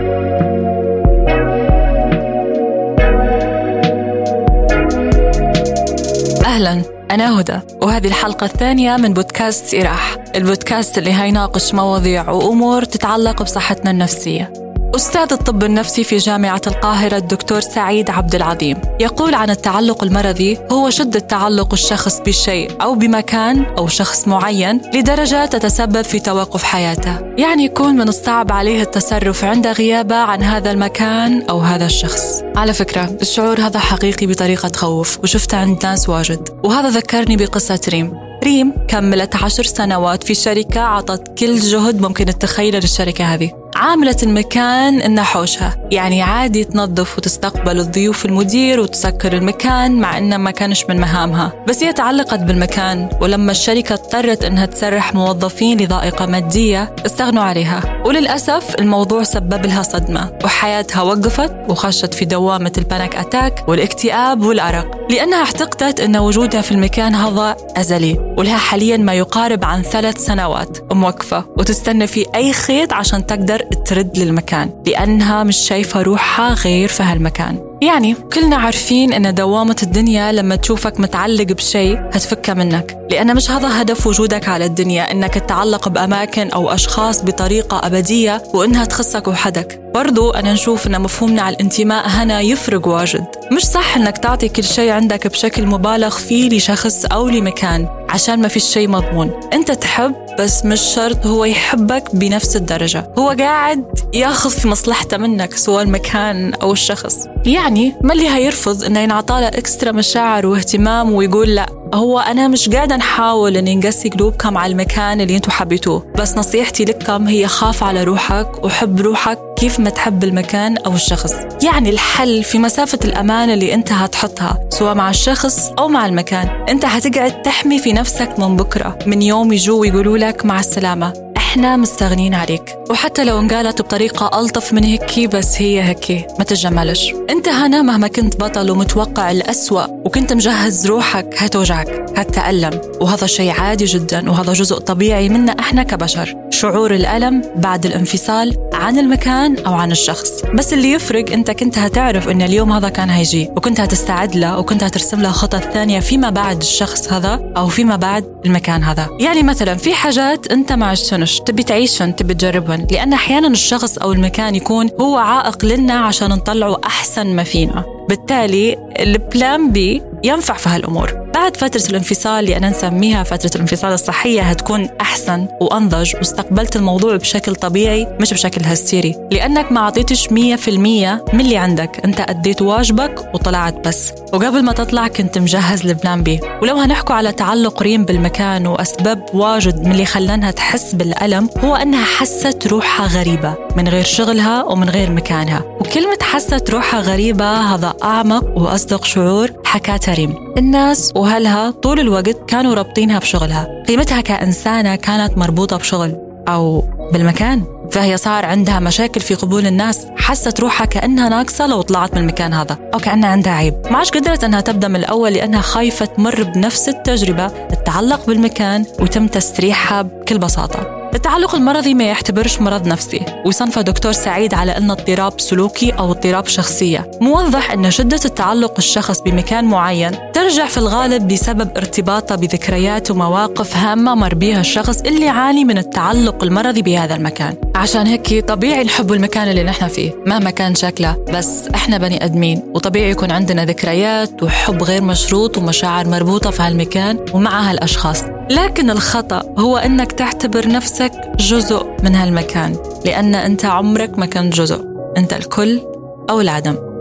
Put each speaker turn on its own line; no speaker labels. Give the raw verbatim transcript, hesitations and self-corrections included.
أهلاً، أنا هدى، وهذه الحلقة الثانية من بودكاست إراح، البودكاست اللي هيناقش مواضيع وأمور تتعلق بصحتنا النفسية. أستاذ الطب النفسي في جامعة القاهرة الدكتور سعيد عبد العظيم يقول عن التعلق المرضي هو شدة تعلق الشخص بشيء أو بمكان أو شخص معين لدرجة تتسبب في توقف حياته، يعني يكون من الصعب عليه التصرف عند غيابه عن هذا المكان أو هذا الشخص. على فكرة الشعور هذا حقيقي بطريقة تخوف، وشفته عند ناس واجد، وهذا ذكرني بقصة ريم. ريم كملت عشر سنوات في شركة عطت كل جهد ممكن تتخيله للشركة هذه. عاملت المكان إنه حوشها، يعني عادي تنظف وتستقبل الضيوف المدير وتسكر المكان مع إنه ما كانش من مهامها، بس هي تعلقت بالمكان. ولما الشركة اضطرت إنها تسرح موظفين لضائقة مادية استغنوا عليها، وللأسف الموضوع سبب لها صدمة وحياتها وقفت وخشت في دوامة البانيك أتاك والاكتئاب والأرق، لأنها اعتقدت إن وجودها في المكان هذا أزلي. ولها حالياً ما يقارب عن ثلاث سنوات موقفة وتستنى في أي خيط عشان تقدر ترد للمكان، لأنها مش شايفة روحها غير في هالمكان. يعني كلنا عارفين إن دوامة الدنيا لما تشوفك متعلق بشيء هتفكها منك، لأن مش هذا هدف وجودك على الدنيا، إنك تتعلق بأماكن أو أشخاص بطريقة أبدية وإنها تخصك وحدك. برضو أنا نشوف إن مفهومنا على الانتماء هنا يفرق واجد. مش صح إنك تعطي كل شيء عندك بشكل مبالغ فيه لشخص أو لمكان عشان ما فيش شيء مضمون. أنت تحب، بس مش شرط هو يحبك بنفس الدرجة. هو قاعد ياخذ في مصلحته منك سواء المكان أو الشخص. يعني ما اللي هيرفض إنه ينعطاله إكسترا مشاعر واهتمام ويقول لا، هو أنا مش قاعدة نحاول إن نقسي قلوبكم على المكان اللي انتوا حبيتوه، بس نصيحتي لكم هي خاف على روحك وحب روحك كيف ما تحب المكان أو الشخص. يعني الحل في مسافة الأمان اللي انت هتحطها سواء مع الشخص أو مع المكان. انت هتقعد تحمي في نفسك من بكرة، من يوم يجوا ويقولوا لك مع السلامة احنا مستغنين عليك. وحتى لو انقالت بطريقة ألطف من هيك، بس هي هيك ما تتجملش. انت هنا مهما كنت بطل ومتوقع الأسوأ وكنت مجهز روحك هتوجعك، هتتألم، وهذا شيء عادي جدا، وهذا جزء طبيعي منا احنا كبشر. شعور الألم بعد الانفصال عن المكان أو عن الشخص. بس اللي يفرق انت كنت هتعرف ان اليوم هذا كان هيجي، وكنت هتستعد له، وكنت هترسم له خطط ثانية فيما بعد الشخص هذا أو فيما بعد المكان هذا. يعني مثلا في حاجات انت ما عشتنش تبي تعيشن، تبي تجربهن، لأن أحيانا الشخص أو المكان يكون هو عائق لنا عشان نطلعه أحسن ما فينا. بالتالي البلان بي ينفع في هالأمور. بعد فترة الانفصال اللي أنا نسميها فترة الانفصال الصحية هتكون أحسن وأنضج، واستقبلت الموضوع بشكل طبيعي مش بشكل هستيري، لأنك ما عطيتش مية في المية من اللي عندك. أنت أديت واجبك وطلعت بس، وقبل ما تطلع كنت مجهز لبلان بي. ولو هنحكوا على تعلق ريم بالمكان وأسباب واجد من اللي خلانها تحس بالألم، هو أنها حست روحها غريبة من غير شغلها ومن غير مكانها. وكلمة حست روحها غريبة هذا أعمق وأصدق شعور حكاته ريم. الناس وهلها طول الوقت كانوا رابطينها بشغلها، قيمتها كإنسانة كانت مربوطة بشغل أو بالمكان، فهي صار عندها مشاكل في قبول الناس. حست روحها كأنها ناقصة لو طلعت من المكان هذا، أو كأنها عندها عيب. ما عادش قدرت أنها تبدأ من الأول لأنها خايفة تمر بنفس التجربة، التعلق بالمكان وتم تسريحها بكل بساطة. التعلق المرضي ما يعتبرش مرض نفسي، ويصنفه دكتور سعيد على أنه اضطراب سلوكي أو اضطراب شخصية. موضح أن شدة التعلق الشخص بمكان معين ترجع في الغالب بسبب ارتباطه بذكريات ومواقف هامة مر بها الشخص اللي يعاني من التعلق المرضي بهذا المكان. عشان هيك طبيعي نحب المكان اللي نحن فيه مهما كان شكله، بس احنا بني أدمين وطبيعي يكون عندنا ذكريات وحب غير مشروط ومشاعر مربوطة في هالمكان ومع هالأشخاص. لكن الخطأ هو أنك تعتبر نفسك جزء من هالمكان، لأن أنت عمرك ما كنت جزء، أنت الكل أو العدم.